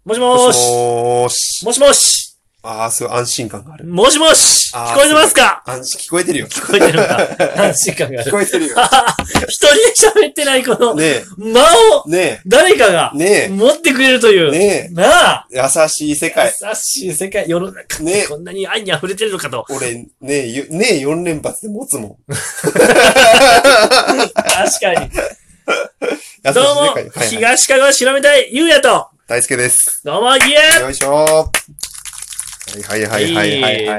もしもーし。もしもし。 すごい安心感がある。 もしもし。聞こえてますか？ 聞こえてるよ。 聞こえてるか。安心感がある。 聞こえてるよ。 一人で喋ってないこの、 ね間を、 ね誰かが、持ってくれるという。 ねなあ。 優しい世界。 優しい世界。世の中ってこんなに愛に溢れてるのかと。 俺、4連発で持つもん。 確かに。どうも、東かがわ白めたい、ゆうやと。 大輔です。 どうも、ぎえよいしょはい。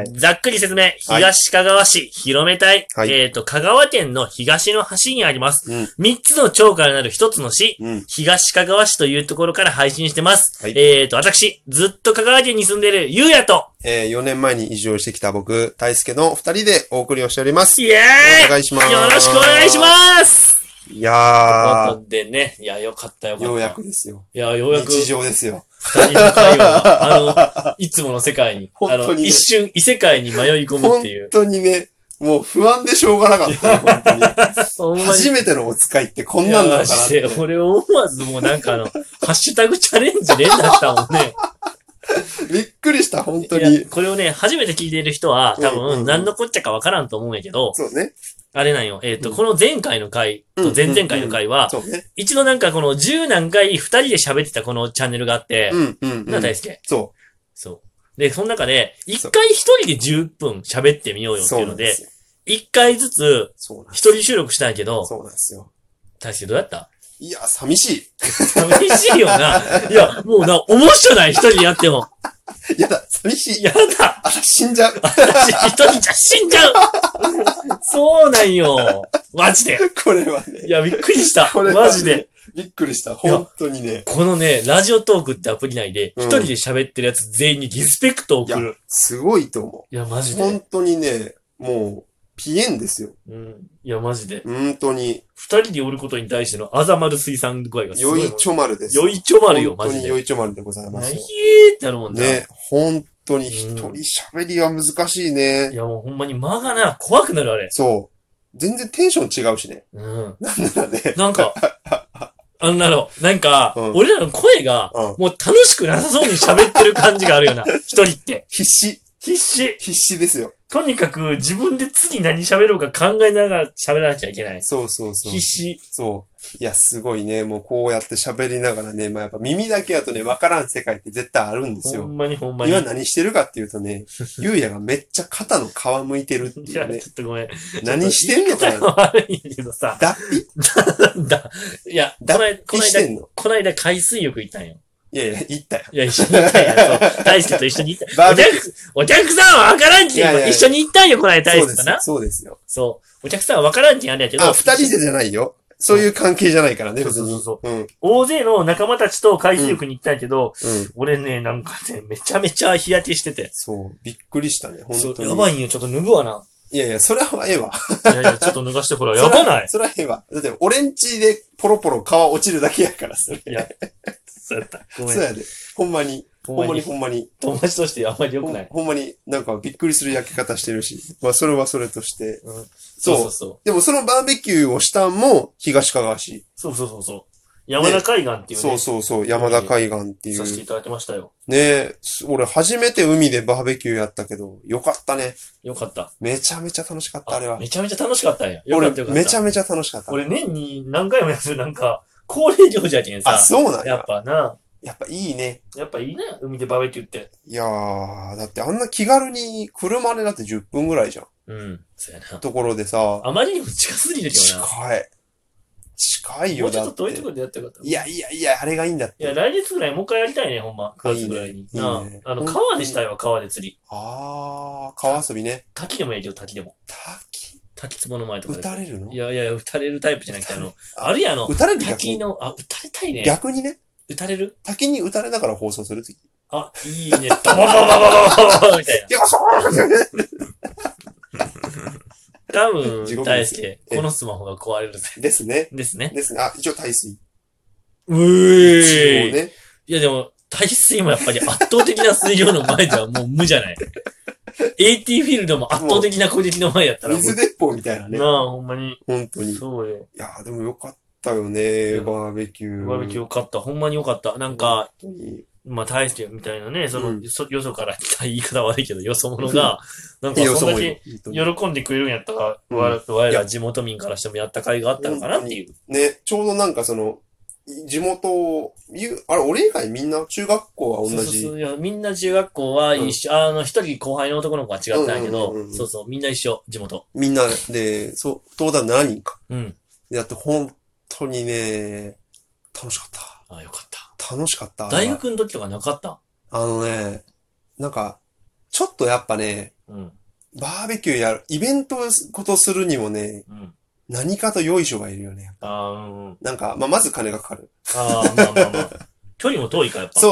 ざっくり説明。東かがわ市、広めたい。香川県の東の端にあります。3つの町からなる1つの市、東かがわ市というところから配信してます。私、ずっと香川県に住んでいるゆうやと、 4年前に移住してきた僕、大輔の2人でお送りをしております。 イエーイお願いします。 よろしくお願いしますいやー。 ということでね、いや、よかった。 ようやくですよ。 いや、ようやく。 日常ですよ。 二人の会話、いつもの世界に、一瞬異世界に迷い込むっていう。 本当にね、もう不安でしょうがなかった。本当に。初めてのお使いってこんなんなのかなって。 俺思わずもうなんかハッシュタグチャレンジ連打したもんね。 びっくりした、本当に。 これをね、初めて聞いている人は、多分、何のこっちゃかわからんと思うんやけど、 そうね。 あれなんよ。この前回の回と前々回の回は、一度なんかこの10何回二人で喋ってたこのチャンネルがあって、な、大輔。 そう。 で、その中で、一回一人で10分喋ってみようよっていうので、一回ずつ、一人収録したんやけど、 そうなんですよ。 大輔どうやった？ いや、寂しい。 寂しいよな。いや、もう面白ない、一人でやっても。 やだ、寂しい。 やだ。 死んじゃう。 私一人じゃ死んじゃう。そうなんよ。マジで。 これはね。 いや、びっくりした。マジで。 びっくりした。本当にね。 このね、ラジオトークってアプリ内で、一人で喋ってるやつ全員にリスペクトを送る。 すごいと思う。いや、マジで。 本当にね、もう、ピエンですよ。 いや、マジで。 本当に。 二人でおることに対してのあざまる水産具合がすごい。 よいちょまるです。 よいちょまるよ、マジで。 本当によいちょまるでございます。 ひえーってなるもんね。 ね、本当に一人喋りは難しいね。 いや、もうほんまに間がな、怖くなるあれ。 そう。全然テンション違うしね。なんだね。 なんか、俺らの声が、もう楽しくなさそうに喋ってる感じがあるよな。一人って。 必死ですよ。 とにかく自分で次何喋ろうか考えながら喋らなきゃいけない。 そう。 必死。 そう。いや、すごいね。もうこうやって喋りながらね、やっぱ耳だけだとね、わからん世界って絶対あるんですよ。 ほんまに。 今何してるかっていうとね、ゆうやがめっちゃ肩の皮むいてるっていうね。 いや、ちょっとごめん。 何してんのかな悪いんやけどさ。いや、この間海水浴行ったんよ。 いや、行ったよ。 いや、一緒に行ったんや。そう。大輔と一緒に行った。お客さんはわからんけん。一緒に行ったんよ、この間大輔とな。 そうですよ。 そう。お客さんはわからんけんあれやけど。 二人でじゃないよ。そういう関係じゃないからね、別に。 そう。大勢の仲間たちと海水浴に行ったんやけど、俺ね、なんかね、めちゃめちゃ日焼けしてて。 そう。びっくりしたね、本当に。 やばいんよ、ちょっと脱ぐわな。 いや、それはええわ。 いや、ちょっと脱がしてほら、やばない？ それはええわ。だって、俺んちでポロポロ皮落ちるだけやから、それ。 いや、そうやった。ごめん。 そうやで。ほんまに。 友達としてあんまり良くない。 ほんまになんかびっくりする焼き方してるし。まあそれはそれとして。 そう。 でもそのバーベキューをしたんも東かがわ市。 そう。山田海岸っていうね。 そう。山田海岸っていう。 させていただきましたよ。 ね俺初めて海でバーベキューやったけど、よかったね。 よかった。 めちゃめちゃ楽しかった、あれは。 めちゃめちゃ楽しかったんや。 俺、めちゃめちゃ楽しかった。 俺年に何回もやるなんか、恒例行事やけんさ。 そうなんやっぱな。 やっぱいいね。 やっぱいいね、海でバーベキューって。 いやー、だってあんな気軽に車でだって10分ぐらいじゃん。 そうやな。 ところでさ。 あまりにも近すぎるけどな。 近いよ、だって。 もうちょっと遠いところでやってよかった。 いや、あれがいいんだって。 いや、来月ぐらいもう一回やりたいね、ほんま。9月ぐらいに。川でしたよ、川で釣り。 川遊びね。 滝でもいいけど、滝でも。滝壺の前とかで。 撃たれるの？ いや、撃たれるタイプじゃなくて、あるや撃たれる滝の、撃たれたいね。 逆にね。 撃たれる？ 滝に撃たれながら放送するとき。 いいね。ドババババババみたいな。 いや、そう多分、大輔、このスマホが壊れるぜ。 ですね。一応耐水。 一応ね。いやでも、耐水もやっぱり圧倒的な水量の前ではもう無じゃない。AT フィールドも圧倒的な攻撃の前やったら。 水鉄砲みたいなね。 ほんまに。 本当に。 そうよ。 いやでもよかったよね、バーベキュー。 バーベキューよかった。ほんまによかった。なんか、 まあ、大してみたいなね、よそから来た言い方悪いけど、よそ者が、なんかそんだけ喜んでくれるんやったら、我ら地元民からしてもやった甲斐があったのかなっていう。 ね、ちょうどなんか地元あれ、俺以外みんな中学校は同じ。 そういや、みんな中学校は一緒、一人後輩の男の子は違ったんやけど、そうそう、みんな一緒、地元。 みんなで、東大7人か。 うん。 で、本当にね、楽しかった。 あ、よかった。 楽しかった。 大学の時とかなかった？ なんか、ちょっとやっぱね、バーベキューイベントことするにもね、何かと良い人がいるよね。なんか、まず金がかかる。 まあ。距離も遠いからやっぱ。 そう。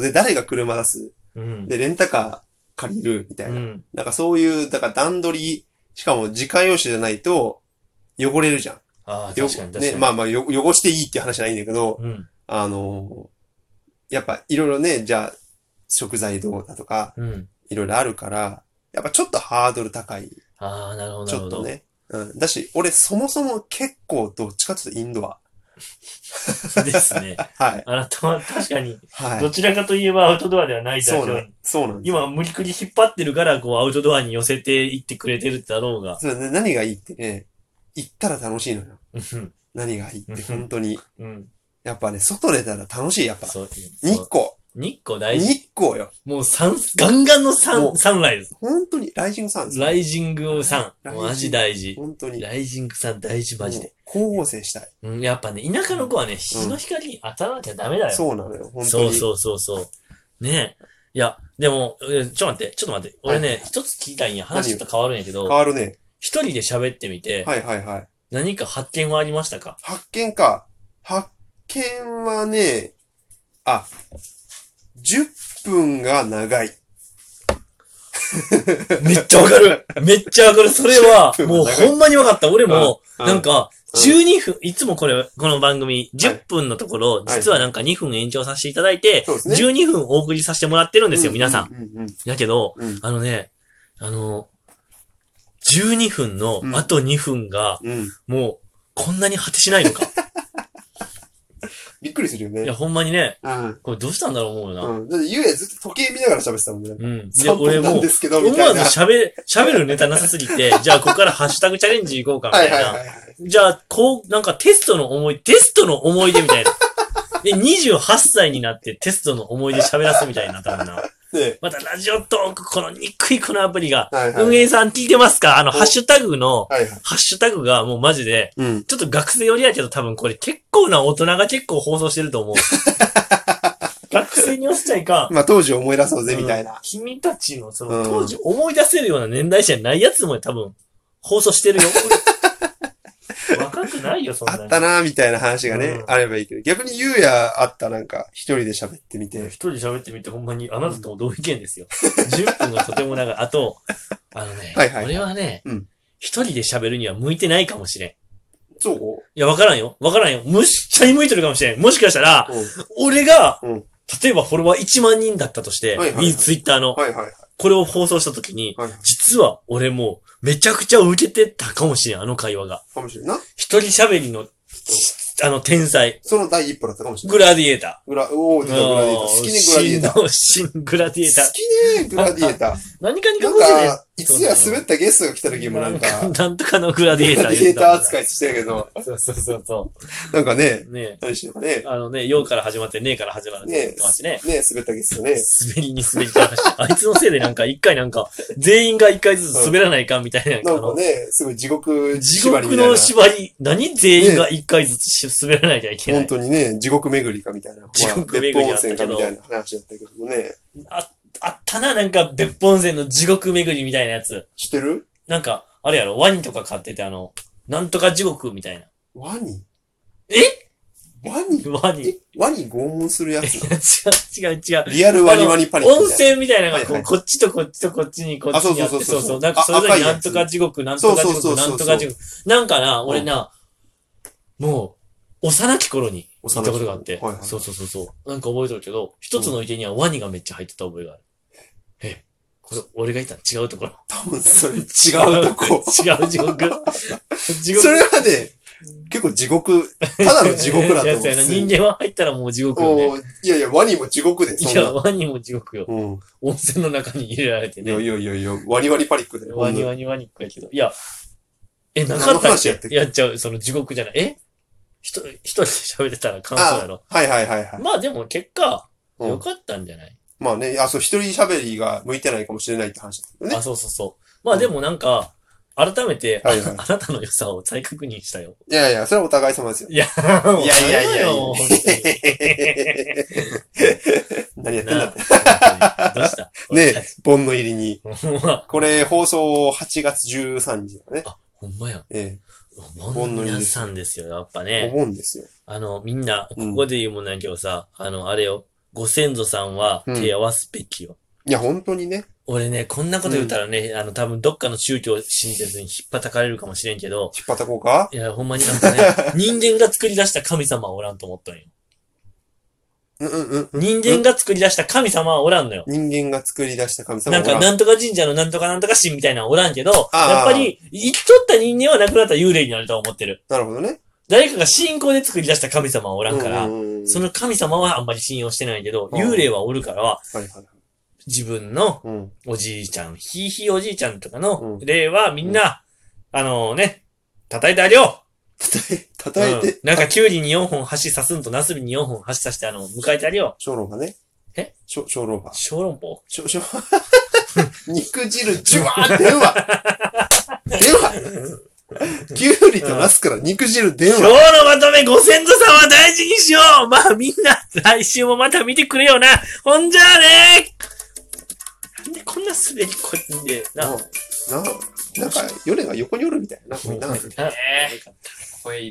で、誰が車出す。で、レンタカー借りるみたいな。なんかそういう、だから段取り、しかも自家用車じゃないと、汚れるじゃん。 確かに。 ね、まあ汚していいっていう話じゃないんだけど、やっぱいろいろね、じゃあ、食材どうだとか、いろいろあるから、やっぱちょっとハードル高い。 なるほど。 ちょっとね。だし、俺そもそも結構どっちかというとインドア。 ですね。 はい。 あなたは確かに、どちらかといえばアウトドアではないだろう。 そうなんです。 今無理くり引っ張ってるから、アウトドアに寄せていってくれてるだろうが。 そうね、何がいいってね、行ったら楽しいのよ。何がいいって本当に。やっぱね、外出たら楽しい、やっぱ。日光。 日光大事。 日光よ。 もうガンガンのサンライズ。 本当に、ライジングサン。 ライジングサン。マジ大事。 本当に。 ライジングサン大事マジで。 光合成したい。 やっぱね、田舎の子はね、日の光に当たらなきゃダメだよ。 そうなのよ、本当に。 そう。ねえ。いや、でも、ちょっと待って。俺ね、一つ聞きたいんや。話ちょっと変わるんやけど。 変わるね。 一人で喋ってみて。 はい。 何か発見はありましたか？ 発見か。発見はね、10分が長い。 めっちゃわかる。それは、もうほんまにわかった。俺も、なんか、12分、いつもこの番組、10分のところ、実はなんか2分延長させていただいて、12分お送りさせてもらってるんですよ、皆さん。やけど、12分のあと2分が、もう、こんなに果てしないのか。 びっくりするよね。 いや、ほんまにね。これどうしたんだろう思うよな。 だってゆうやずっと時計見ながら喋ってたもんね。 で、俺もう、思わず喋るネタなさすぎて、じゃあここからハッシュタグチャレンジ行こうかみたいな。じゃあ、なんかテストの思い出みたいな。で、28歳になってテストの思い出喋らすみたいになったもんな。またラジオトーク、この憎いこのアプリが、運営さん聞いてますか？ハッシュタグがもうマジで、ちょっと学生寄りやけど多分これ結構な大人が結構放送してると思う。学生に寄せちゃいかん。 まあ当時思い出そうぜみたいな。 君たちの当時思い出せるような年代じゃないやつも多分放送してるよ。若くないよ、そんなに。 あったなーみたいな話がね、あればいいけど。逆にゆうやあったなんか、一人で喋ってみて。 一人で喋ってみて、ほんまにあなたとも同意見ですよ。10分がとても長い。あと、俺はね、一人で喋るには向いてないかもしれん。 そう？ いや、わからんよ。むっちゃに向いてるかもしれん。もしかしたら、俺が、例えばフォロワー1万人だったとして、ツイッターの。これを放送したときに、実は俺もめちゃくちゃ受けてたかもしれん、あの会話が。 かもしれんな。 一人喋りの、天才。 その第一歩だったかもしれない。グラディエーター。 グラディエーター。好きね、グラディエーター。 新グラディエーター。 好きね、グラディエーター。 何かにかこしてね。 いつや滑ったゲストが来た時もなんか。 なんとかのグラディエーター。 グラディエーター扱いしてたけど。 そう。 なんかね。何してたね。 ようから始まって、ねえから始まるって話ね。 ね滑ったゲストね。 滑りに滑りからあいつのせいでなんか全員が一回ずつ滑らないかみたいな。 なんかね、すごい地獄縛りみたいな。地獄の縛り。何全員が一回ずつ滑らなきゃいけない。 本当にね、地獄巡りかみたいな。 地獄巡りあったけど。 みたいな話だったけどもね。 あったな、なんか別本線の地獄巡りみたいなやつ。 知ってる？ なんか、あれやろ、ワニとか飼っててなんとか地獄みたいな。 ワニ？ ワニワニ拷問するやつ違う。 リアルワニワニパニック。 温泉みたいなのがこっちとこっちとこっちにこっちにあって、そう。なんかそれぞれなんとか地獄、なんとか地獄、なんとか地獄。なんかな、俺な、もう、幼き頃に行ったことがあって。そう。なんか覚えてるけど、一つの池にはワニがめっちゃ入ってた覚えがある。これ、俺がいたら違うところ。 多分それ違うとこ。 違う地獄。 それはね、 結構地獄、ただの地獄だと思う。 人間は入ったらもう地獄よね。 いやいや、ワニも地獄で。 いや、ワニも地獄よ。温泉の中に入れられてね。 いや、ワニパニックだよ。 ワニックやけど。いや、なかったっけやっちゃう、その地獄じゃない。一人で喋ってたら感想やろ。 はい。 まあでも結果、良かったんじゃない？ まあね、一人喋りが向いてないかもしれないって話だよね。 そう。まあでもなんか、改めて、あなたの良さを再確認したよ。 いや、それはお互い様ですよ。いや。何やってんだって。 どうしたねえ、盆の入りに。これ、放送8月13日だね。 ほんまや。 盆の入り。 皆さんですよ、やっぱね。 お盆ですよ。 みんな、ここで言うもんなんけどさ、あれよ、ご先祖さんは手合わすべきよ。 いや、本当にね。 俺ね、こんなこと言ったらね、多分どっかの宗教を信じてずに引っ叩かれるかもしれんけど。 引っ叩こうか？ いや、ほんまになんかね、人間が作り出した神様はおらんと思ったんよ。人間が作り出した神様はおらんのよ。 人間が作り出した神様はおらん。なんか、なんとか神社のなんとかなんとか神みたいなのはおらんけど、やっぱり、生きとった人間は亡くなったら幽霊になると思ってる。 なるほどね。 誰かが信仰で作り出した神様はおらんから、その神様はあんまり信用してないけど、幽霊はおるからは、自分のおじいちゃん、ひいひいおじいちゃんとかの霊はみんな、叩いてあげよう。 叩いて。 なんか、キュウリに4本箸刺すんと、ナスビに4本箸刺して、迎えてあげよう。 小籠包ね。小籠包。 小籠包肉汁、ジュワー出んわ。キュウリとナスから肉汁出んわ。 今日のまとめ、ご先祖様は大事にしよう。まあみんな、来週もまた見てくれよな。ほんじゃあねなんでこんなすべりこいんで、 なんか、ヨネが横におるみたいな。